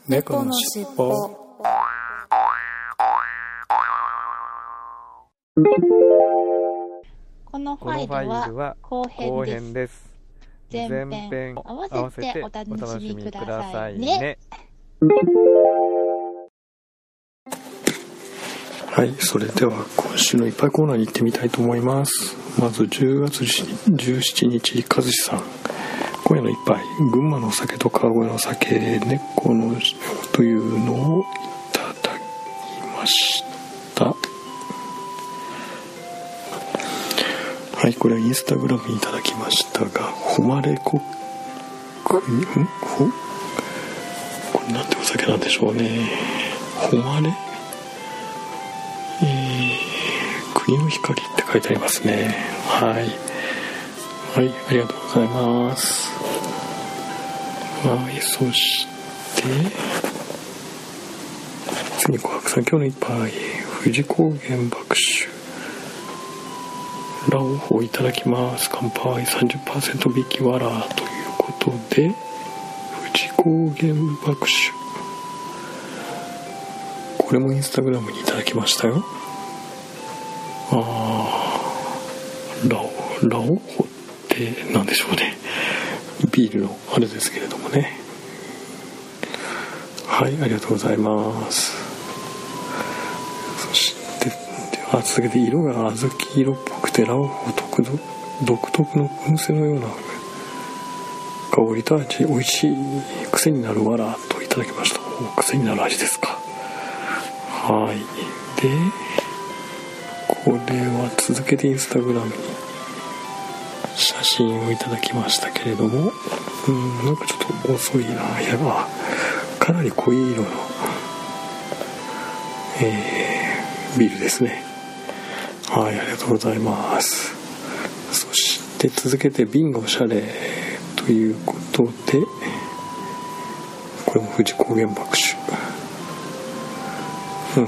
猫のしっぽ。 このファイルは後編です。前編合わせてお楽しみくださいね。 はい、それでは今週のいっぱいコーナーに行ってみたいと思います。まず10月17日、和志さん、今夜の一杯、群馬のお酒と川越のお酒、猫のというのをいただきました。はい、これはインスタグラムにいただきましたが、誉れこれなんてお酒なんでしょうね。誉れ国の光って書いてありますね。はい、ありがとうございます。はい、そして次に琥珀さん、今日の一杯、富士高原爆酒ラオウをいただきます。乾杯。 30% 引きわらということで、富士高原爆酒、これもインスタグラムにいただきましたよ。ラオウって何でしょうね。ビールのあれですけれどもね。はい、ありがとうございます。そして続けて、色が小豆色っぽくてラオウ独特の燻製のような香りと味、美味しい、癖になるわらといただきました。癖になる味ですか。はい。で、これは続けてインスタグラムに写真をいただきましたけれども、なんかちょっと遅いな。かなり濃い色の、ビールですね。はい、ありがとうございます。そして続けて瓶がおしゃれということで、これも富士高原爆酒、なん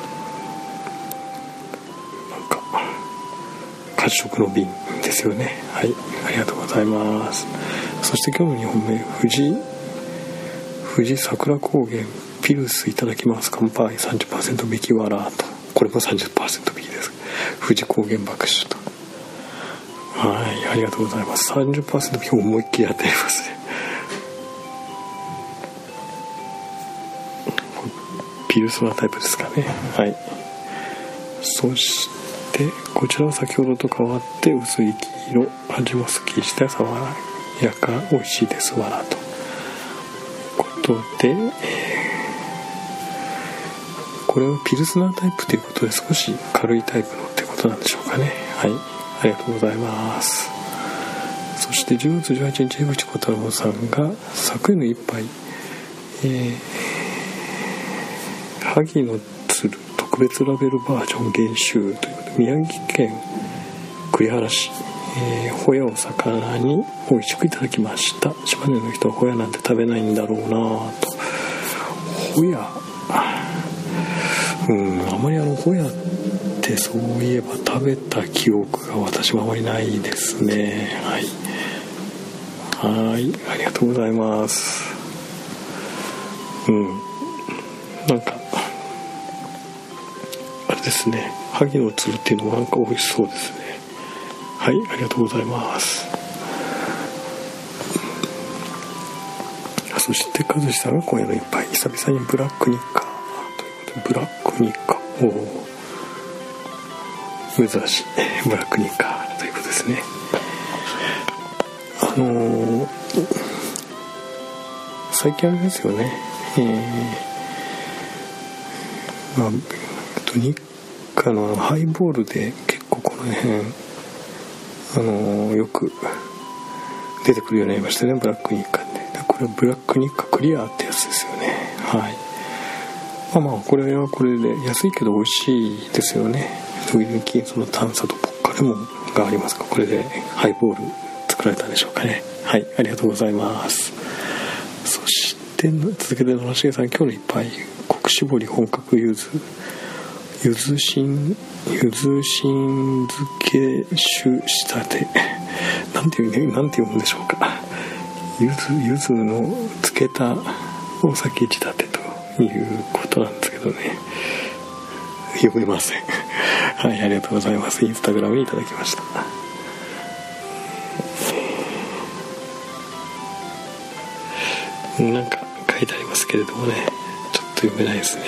か褐色の瓶ですよね。はい、ありがとうございます。そして今日の2本目、富士桜高原ピルスいただきます。乾杯。 30% 引きわらと、これも 30% 引きです。富士高原爆酒と。はい、ありがとうございます。 30% 引き、思いっきりやっていますね。ピルスなタイプですかね。はい。そしてこちらは先ほどと変わって薄い黄色、味もすっきりした爽やか、美味しいですわらということで、これはピルスナータイプということで、少し軽いタイプのってことなんでしょうかね。はい、ありがとうございます。そして10月18日、江口小太郎さんが昨夜の一杯、萩の鶴特別ラベルバージョン減酒ということで、宮城県栗原市、ホヤを魚に美味しくいただきました。島根の人はホヤなんて食べないんだろうなと。ホヤ、あまりホヤってそういえば食べた記憶が私はあまりないですね。はい、ありがとうございます。なんかあれですね、萩の鶴っていうのもなんか美味しそうですね。はい、ありがとうございます。そして和志さんが今夜の一杯、久々にブラックニッカということで、ブラックニッカ、珍しいブラックニッカということですね。最近あれですよね、ニッカのハイボールで結構この辺よく出てくるようになりましたね、ブラックニッカって。これはブラックニッカクリアってやつですよね。はい。これはこれで安いけど美味しいですよね。時々その炭酸とポッカレモンがありますが、これでハイボール作られたんでしょうかね。はい、ありがとうございます。そして続けて野重さん、今日の一杯、国搾り本格柚子新漬け酒仕立て、なんて読むんでしょうか。柚子の漬けたお酒仕立てということなんですけどね、読めませんはい、ありがとうございます。インスタグラムにいただきました。なんか書いてありますけれどもね、ちょっと読めないですね。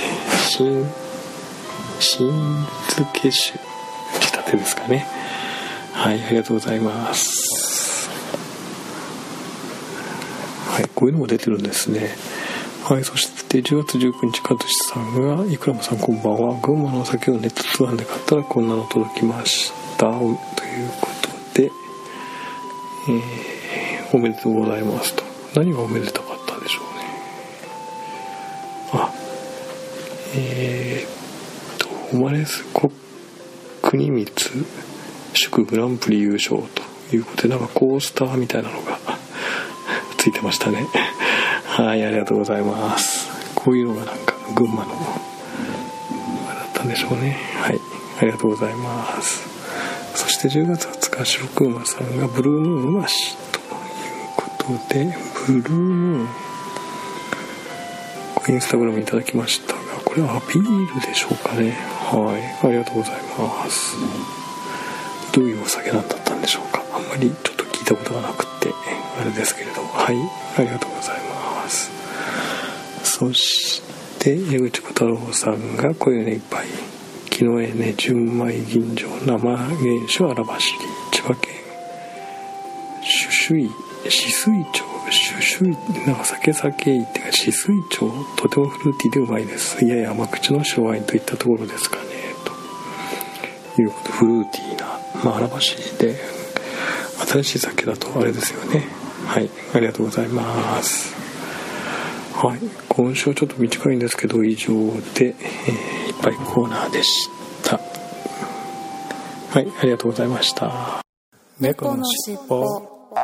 新漬け酒仕立てですかね。はい、ありがとうございます。はい、こういうのも出てるんですね。はい、そして10月19日、かずしさんが、いくらもさんこんばんは。群馬のお酒をネット通販で買ったらこんなの届きましたということで、おめでとうございますと。何がおめでたかったんでしょうね。誉れず国光祝グランプリ優勝ということで、なんかコースターみたいなのがついてましたね。はい、ありがとうございます。こういうのがなんか群馬のだったんでしょうね。はい、ありがとうございます。そして10月20日、白くまさんがブルームーンはしということで、ブルームーン、インスタグラムいただきましたが、これはアピールでしょうかね。はい、ありがとうございます。どういうお酒なんだったんでしょうか。あんまりちょっと聞いたことがなくてあれですけれど、はい、ありがとうございます。そして江口小太郎さんがこういうね、いっぱい木の絵ね、純米吟醸生原酒荒走り、千葉県酒々井町、なんか酒井っていうか酒々井町、とてもフルーティーでうまいです。やや甘口の白ワインといったところですかね、ということで、フルーティーな、荒走りで新しい酒だとあれですよね。はい、ありがとうございます。はい、今週はちょっと短いんですけど以上で、いっぱいコーナーでした。はい、ありがとうございました。猫のしっぽ。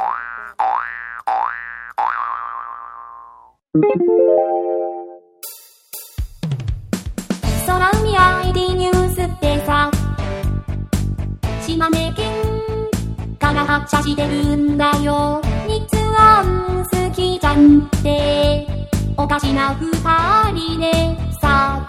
空海 ID ニュースってさ、島根県から発車してるんだよ。日安好きじゃんっておかしな二人でさ。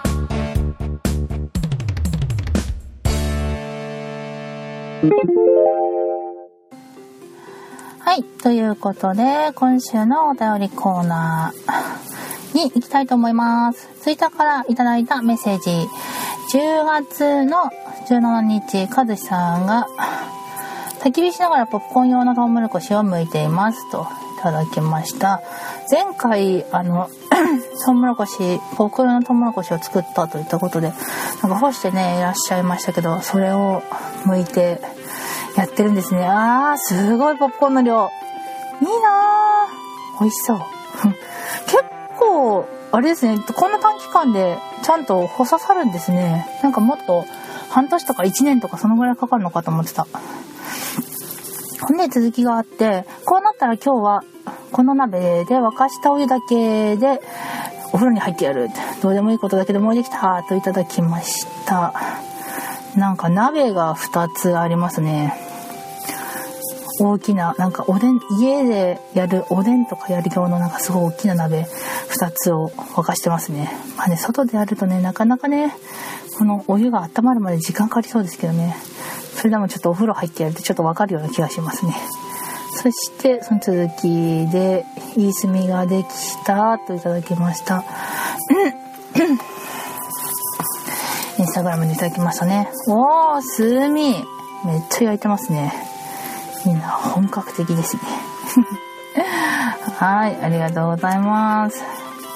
はい、ということで今週のお便りコーナーに行きたいと思います。ツイッターからいただいたメッセージ、10月の17日、かずしさんが焚き火しながらポップコーン用のトウモロコシを剥いていますといただきました。前回トウモロコシ、ポップコーン用のトウモロコシを作ったといったことで、なんか干してねいらっしゃいましたけど、それを剥いてやってるんですね。すごいポップコーンの量、いいなー、美味しそう結構あれですね、こんな短期間でちゃんと干ささるんですね。なんかもっと半年とか1年とかそのぐらいかかるのかと思ってた。ほんで続きがあって、こうなったら今日はこの鍋で沸かしたお湯だけでお風呂に入ってやる、どうでもいいことだけどもうできたといただきました。なんか鍋が2つありますね。大きな、なんかおでん、家でやるおでんとかやる用のなんかすごい大きな鍋2つを沸かしてますね。まあね、外でやるとね、なかなかね、このお湯が温まるまで時間かかりそうですけどね。それでもちょっとお風呂入ってやるとちょっとわかるような気がしますね。そしてその続きで、いい炭ができたといただきました。インスタグラムでいただきましたね。おー、炭めっちゃ焼いてますね。いいな、本格的ですねはい、ありがとうございます。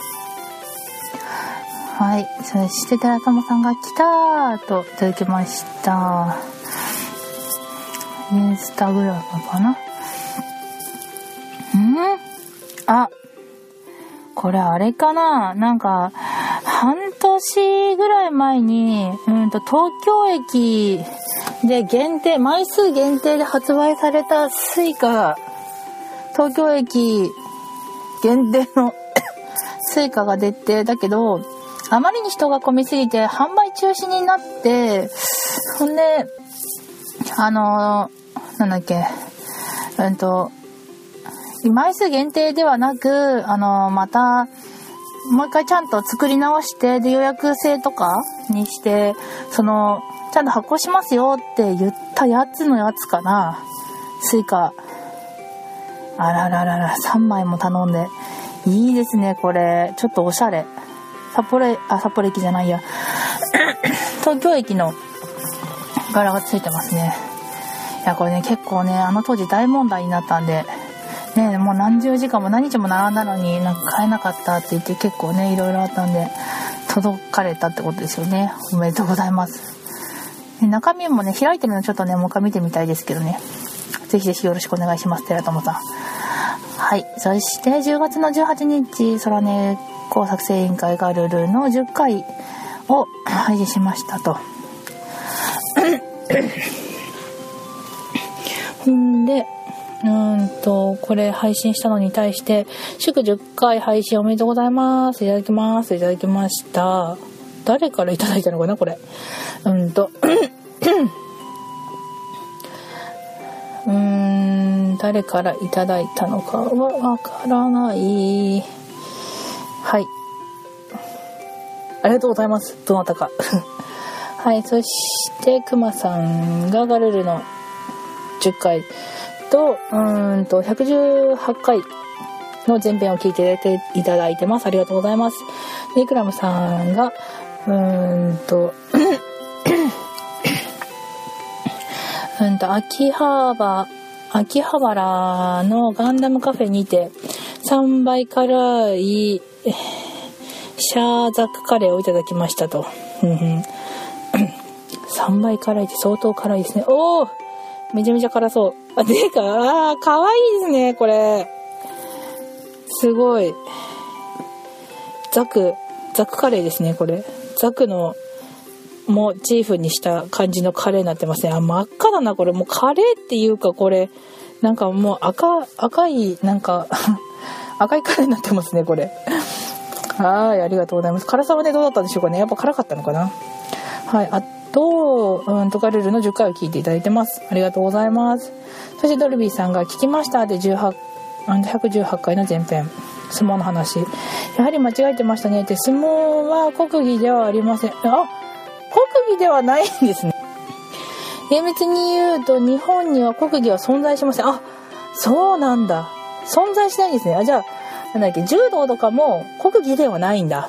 はい、そして寺友さんが来たーといただきました。インスタグラムかな。これあれかな、なんか半年ぐらい前に東京駅で限定、枚数限定で発売されたスイカ、東京駅限定のスイカが出て、だけどあまりに人が混みすぎて販売中止になって、ほんでなんだっけ、枚数限定ではなくまたもう一回ちゃんと作り直して、で予約制とかにして、ちゃんと発行しますよって言ったやつかな。スイカ。あらららら、3枚も頼んで。いいですね、これ。ちょっとおしゃれ。札幌駅じゃないや。東京駅の柄がついてますね。いや、これね、結構ね、あの当時大問題になったんで、ね、もう何十時間も何日も並んだのになんか買えなかったって言って結構ね、いろいろあったんで、届かれたってことですよね。おめでとうございます。中身もね、開いてるのちょっとね、もう一回見てみたいですけどね。ぜひぜひよろしくお願いします、寺友さん。はい。そして10月の18日、空音工作成委員会ガルルの10回を配信しましたと。んで、これ配信したのに対して、祝10回配信おめでとうございます。いただきます。いただきました。誰からいただいたのかな、これ。誰からいただいたのかはわからない。はい。ありがとうございます。どなたか。はい。そして、くまさんがガルルの10回と、118回の前編を聞いていただいてます。ありがとうございます。で、クラムさんが、秋葉原のガンダムカフェにて3倍辛いシャーザックカレーをいただきましたと。3倍辛いって相当辛いですね。おー、めちゃめちゃ辛そう。かわいいですね、これ。すごい。ザクカレーですね、これ。ザクのモチーフにした感じのカレーになってますね。真っ赤だな、これ。もうカレーっていうか、これなんかもう赤いなんか赤いカレーになってますね、これ。はい、ありがとうございます。辛さはね、どうだったんでしょうかね。やっぱ辛かったのかな。はい、あとガルルの10回を聞いていただいてます。ありがとうございます。そしてドルビーさんが聞きましたで118回の前編、相撲の話。やはり間違えてましたねって。相撲は国技ではありません。国技ではないんですね。厳密に言うと日本には国技は存在しません。そうなんだ。存在しないんですね。じゃあ柔道とかも国技ではないんだ。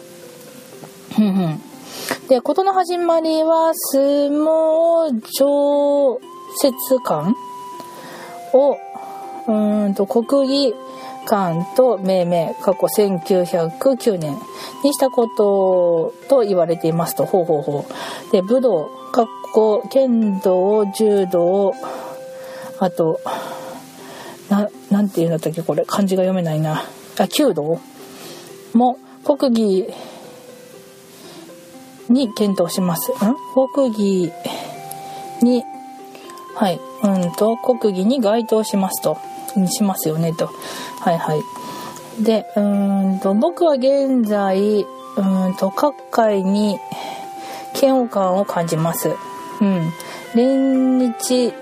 で、事の始まりは相撲常設館を国技館と命名過去1909年にしたことと言われていますと。で、武道剣道、柔道、あとなんていうんだったっけ、これ漢字が読めないな。弓道も国技に検討します。国技に国技に該当しますと。しますよねと。で、僕は現在各界に嫌悪感を感じます。連日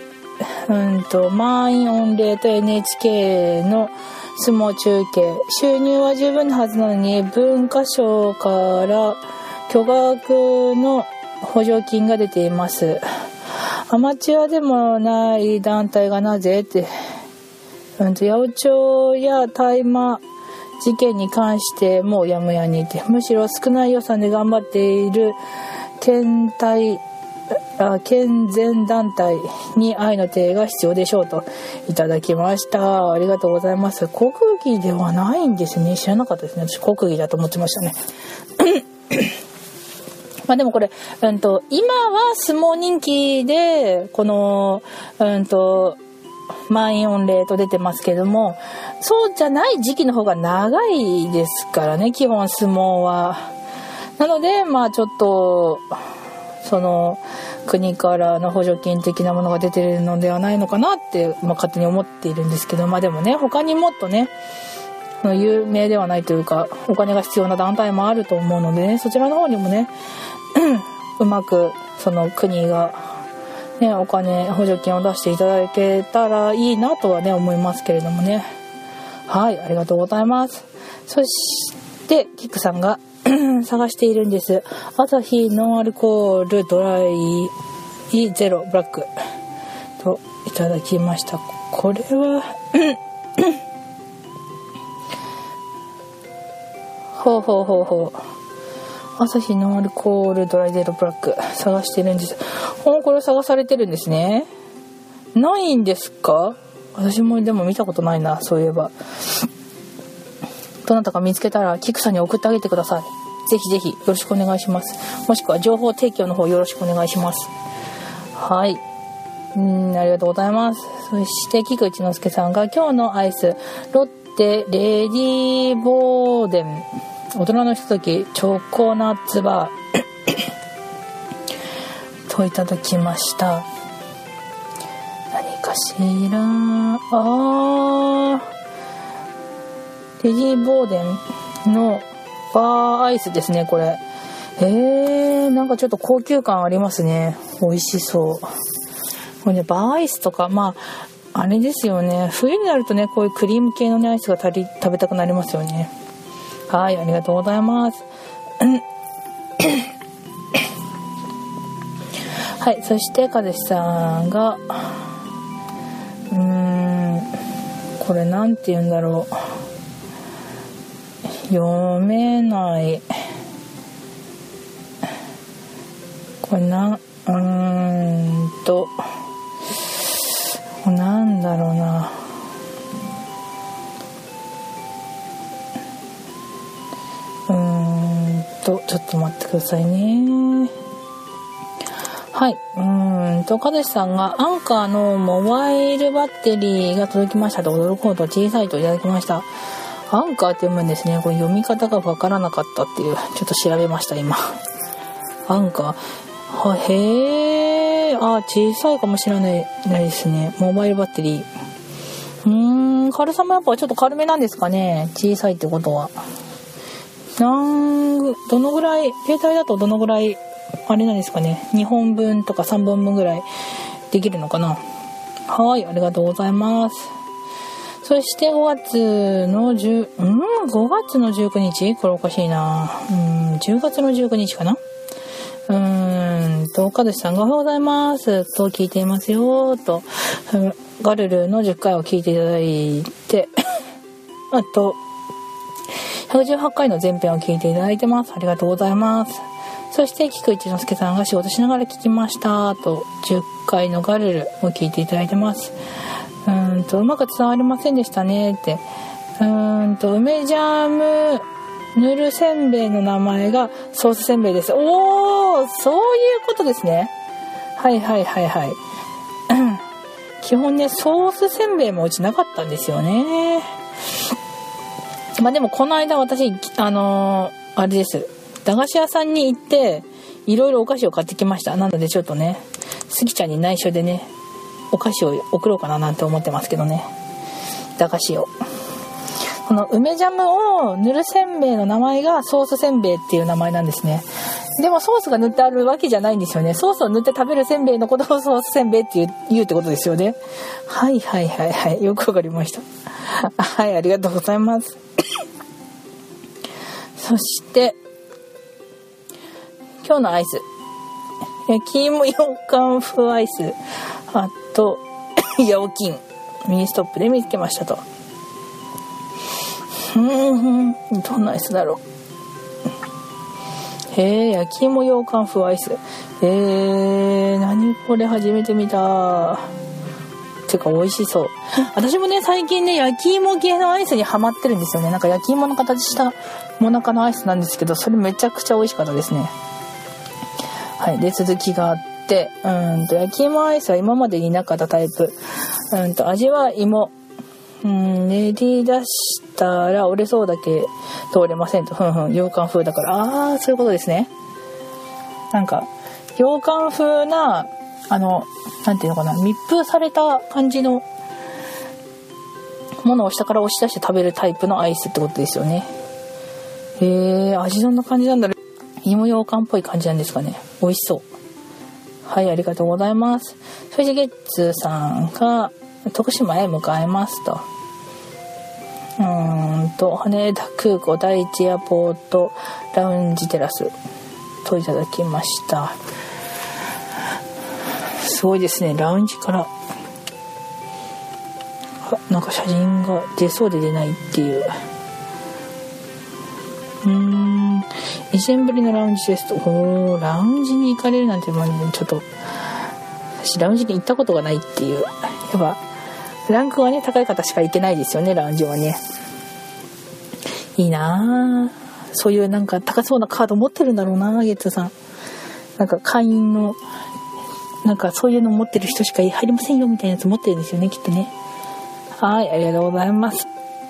満員御礼と NHK の相撲中継、収入は十分なはずなのに文化省から巨額の補助金が出ています。アマチュアでもない団体がなぜって八百長や大麻事件に関してもうやむやにいて、むしろ少ない予算で頑張っている健全団体に愛の手が必要でしょうといただきました。ありがとうございます。国技ではないんですね。知らなかったですね。私国技だと思ってましたね。でもこれ、今は相撲人気でこの満員御礼と出てますけども、そうじゃない時期の方が長いですからね、基本相撲は。なのでちょっとその国からの補助金的なものが出てるのではないのかなって、勝手に思っているんですけど、でもね、他にもっとね有名ではないというかお金が必要な団体もあると思うのでね、そちらの方にもねうまくその国がねお金補助金を出していただけたらいいなとはね思いますけれどもね。はい、ありがとうございます。そししてキックさんが探しているんです。アサヒノンアルコールドライゼロブラックといただきました。これはほうアサヒノンアルコールドライゼロブラック探してるんです。これ探されてるんですね。ないんですか？私もでも見たことないな、そういえば。どなたか見つけたらキクさんに送ってあげてください。ぜひぜひよろしくお願いします。もしくは情報提供の方よろしくお願いします。はい、ありがとうございます。そして菊一之輔さんが今日のアイスロッテレディーボーデン大人のひとときチョコナッツバーといただきました。何かしら、レディーボーデンのバーアイスですね、これ。なんかちょっと高級感ありますね。美味しそう。これね、バーアイスとか、あれですよね。冬になるとね、こういうクリーム系のね、アイスが食べたくなりますよね。はい、ありがとうございます。はい、そしてかずしさんが、これなんて言うんだろう。読めない。これなんだろうな。ちょっと待ってくださいね。はい。かずしさんがアンカーのモバイルバッテリーが届きましたと驚くほど小さいといただきました。アンカーって読むんですね。これ読み方がわからなかったっていう、ちょっと調べました今。アンカー。小さいかもしれないですね。モバイルバッテリー。軽さもやっぱちょっと軽めなんですかね。小さいってことは。どのぐらい、携帯だとどのぐらい、あれなんですかね。2本分とか3本分ぐらいできるのかな。はい、ありがとうございます。そして5月の19日これおかしいな。10月の19日かな。かずしさんがおはようございますと聞いていますよと、ガルルの10回を聞いていただいてあと118回の前編を聞いていただいてます。ありがとうございます。そして菊一之輔さんが仕事しながら聞きましたと10回のガルルを聞いていただいてます。うまく伝わりませんでしたねって。梅ジャム塗るせんべいの名前がソースせんべいです。そういうことですね。はい。基本ね、ソースせんべいもうちなかったんですよね。でもこの間私あれです。駄菓子屋さんに行っていろいろお菓子を買ってきました。なのでちょっとね、スギちゃんに内緒でね、お菓子を送ろうかななんて思ってますけどね。駄菓子を。この梅ジャムを塗るせんべいの名前がソースせんべいっていう名前なんですね。でもソースが塗ってあるわけじゃないんですよね。ソースを塗って食べるせんべいのことをソースせんべいって言うってことですよね。はい。よくわかりました。はい、ありがとうございます。そして今日のアイス、焼き芋羊羹風アイス、あとヤオキンミニストップで見つけましたと。どんなアイスだろう。焼き芋羊羹風アイス。何これ、初めて見た。てか美味しそう。私もね、最近ね、焼き芋系のアイスにハマってるんですよね。なんか焼き芋の形したもなかのアイスなんですけど、それめちゃくちゃ美味しかったですね。はい。で、続きがあって、焼き芋アイスは今までになかったタイプ。味は芋。練り出したら折れそうだけ通れませんと。羊羹風だから。そういうことですね。なんか、羊羹風な、なんていうのかな、密封された感じのものを下から押し出して食べるタイプのアイスってことですよね。味どんな感じなんだろう。芋羊羹っぽい感じなんですかね。美味しそう。はい、ありがとうございます。そしてゲッツさんが徳島へ向かいますと。 と羽田空港第一エアポートラウンジテラスといただきました。すごいですね。ラウンジからなんか写真が出そうで出ないっていう。1年ぶりのラウンジですと。ラウンジに行かれるなんて、ちょっと私ラウンジに行ったことがないっていう。やっぱランクがね高い方しか行けないですよね、ラウンジはね。いいなぁ。そういうなんか高そうなカード持ってるんだろうな、ゲッツーさん。なんか会員のなんかそういうの持ってる人しか入りませんよみたいなやつ持ってるんですよね、きっとね。はい、ありがとうございます。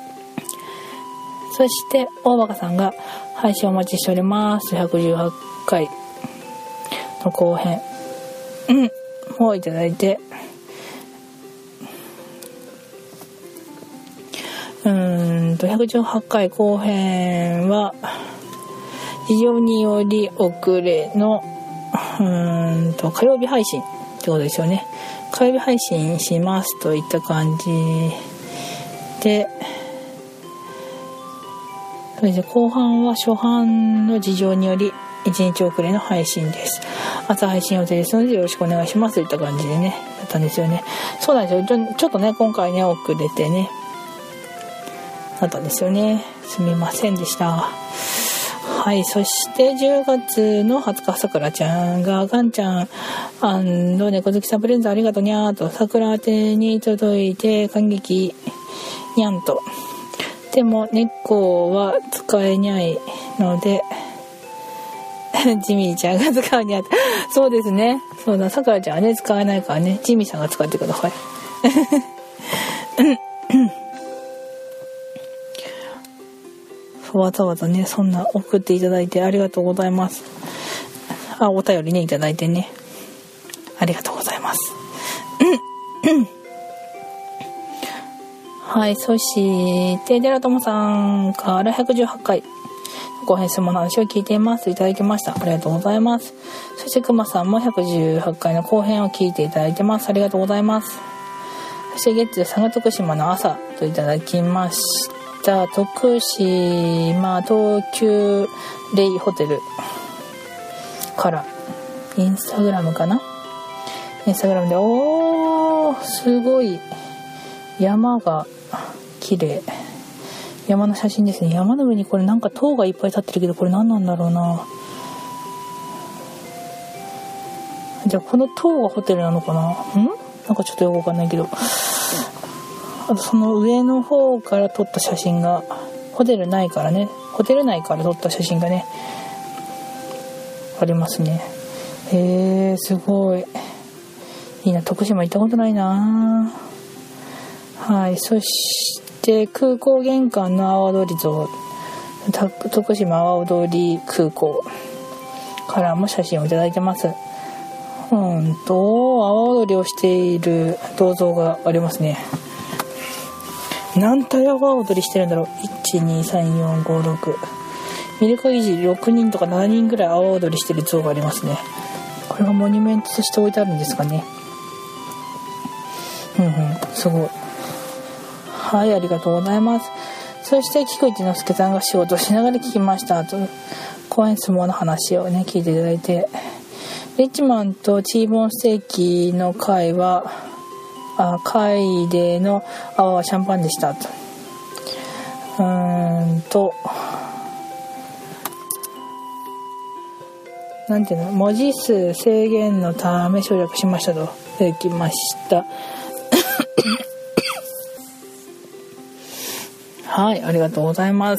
そして大バカさんが配信お待ちしております。118回の後編をいただいて、118回後編は事情により遅れの火曜日配信ってことですよね。火曜日配信しますといった感じで、それで後半は初版の事情により1日遅れの配信です。朝配信予定ですのでよろしくお願いしますといった感じでねやったんですよね。そうなんですよ。ちょっとね今回ね遅れてねなったんですよね。すみませんでした。はい、そして10月の20日さくらちゃんがガンちゃん猫好きさんプレゼントありがとうにゃーとさくら宛てに届いて感激にゃんと。でも猫は使えにゃいのでジミーちゃんが使うにゃーと。そうですね、そうだ、さくらちゃんはね使えないからねジミーさんが使ってくださいわざわざねそんな送っていただいてありがとうございます。お便りねいただいてねありがとうございますはい、そしてデラトモさんから118回後編質問の話を聞いていますいただきました。ありがとうございます。そしてくまさんも118回の後編を聞いていただいてます。ありがとうございます。そして月中佐賀徳島の朝といただきました。徳島東急レイホテルからインスタグラムかな、インスタグラムですごい山が綺麗、山の写真ですね。山の上にこれなんか塔がいっぱい立ってるけどこれ何なんだろうな。じゃあこの塔がホテルなのかな。なんかちょっとよくわかんないけど、あとその上の方から撮った写真がホテル内から撮った写真がねありますね。すごいいいな。徳島行ったことないな。はい、そして空港玄関の阿波通り像徳島阿波通り空港からも写真をいただいてます。阿波踊りをしている銅像がありますね。何体阿波踊りしてるんだろう。 1,2,3,4,5,6 見る限り6人とか7人ぐらい阿波踊りしてる像がありますね。これがモニュメントとして置いてあるんですかね。すごい。はい、ありがとうございます。そして菊池之助さんが仕事しながら聞きましたと公演相撲の話をね聞いていただいて、リッチマンとチーボーンステーキの会での泡はシャンパンでしたと。なんていうの、文字数制限のため省略しましたとできましたはい、ありがとうございます。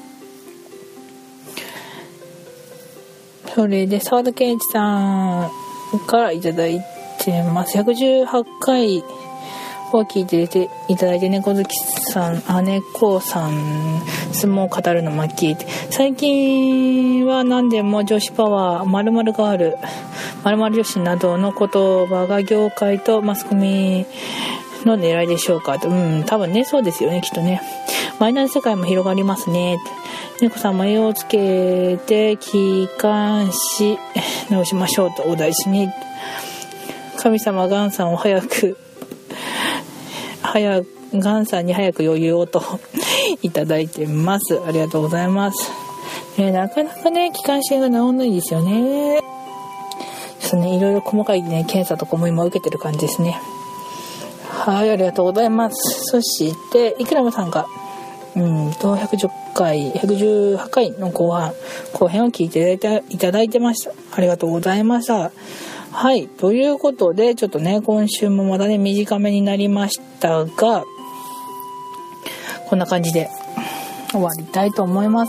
それで沢田健一さんからいただいてます。118回を聞いていただいて、猫好きさん、猫さん、相撲を語るのも聞いて、最近は何でも女子パワー、〇〇ガール、〇〇女子などの言葉が業界とマスコミの狙いでしょうかと。多分ね、そうですよね、きっとね。マイナー世界も広がりますね。猫さんも絵をつけて気管支直しましょうとお大事に。神様ガンさんをガンさんに早く余裕をといただいてます。ありがとうございます。なかなかね気管支炎が治んないですよね。ですね、いろいろ細かいね検査とかも今受けてる感じですね。はい、ありがとうございます。そしてイクラムさんが118回の後編を聞いていただいてました。ありがとうございました。はい、ということでちょっとね今週もまだね短めになりましたが、こんな感じで終わりたいと思います。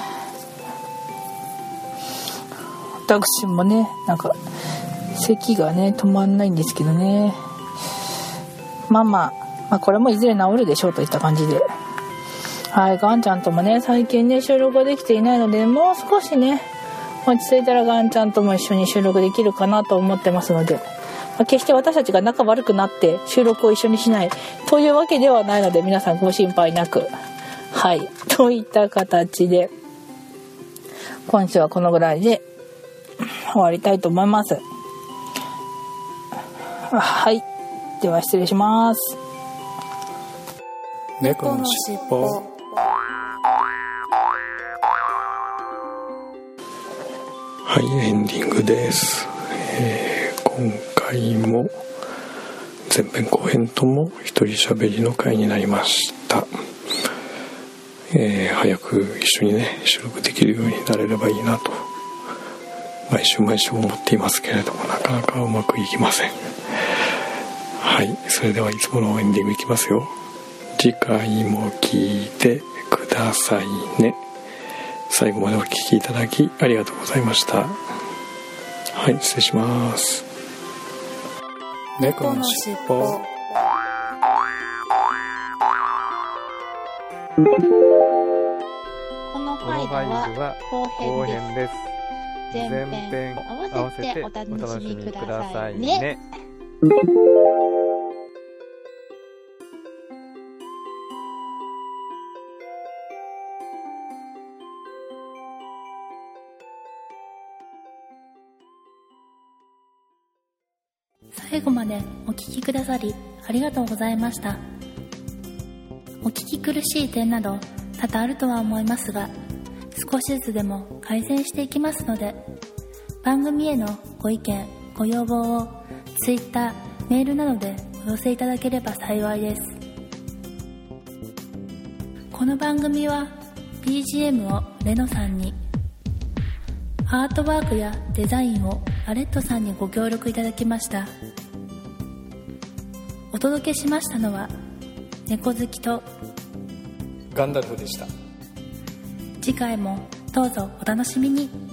私もねなんか咳がね止まんないんですけどね、まあこれもいずれ治るでしょうといった感じで、はい、ガンちゃんともね最近ね収録ができていないので、もう少しね落ち着いたらガンちゃんとも一緒に収録できるかなと思ってますので、決して私たちが仲悪くなって収録を一緒にしないというわけではないので、皆さんご心配なく、はいといった形で今週はこのぐらいで終わりたいと思います。はい、では失礼します。 猫のしっぽ。はい、エンディングです。今回も前編後編とも一人喋りの回になりました。早く一緒にね収録できるようになれればいいなと毎週思っていますけれども、なかなかうまくいきません。はい、それではいつものエンディングいきますよ。次回も聞いてくださいね。最後までお聞きいただきありがとうございました。はい、失礼します。猫のしっぽ。 このファイルは後編です。前編合わせてお楽しみくださいね。 最後までお聞きくださりありがとうございました。お聞き苦しい点など多々あるとは思いますが、少しずつでも改善していきますので、番組へのご意見ご要望を Twitter、メールなどでお寄せいただければ幸いです。この番組は BGM をレノさんに、アートワークやデザインをアレットさんにご協力いただきました。お届けしましたのは猫好きとガンダルフでした。 次回もどうぞお楽しみに。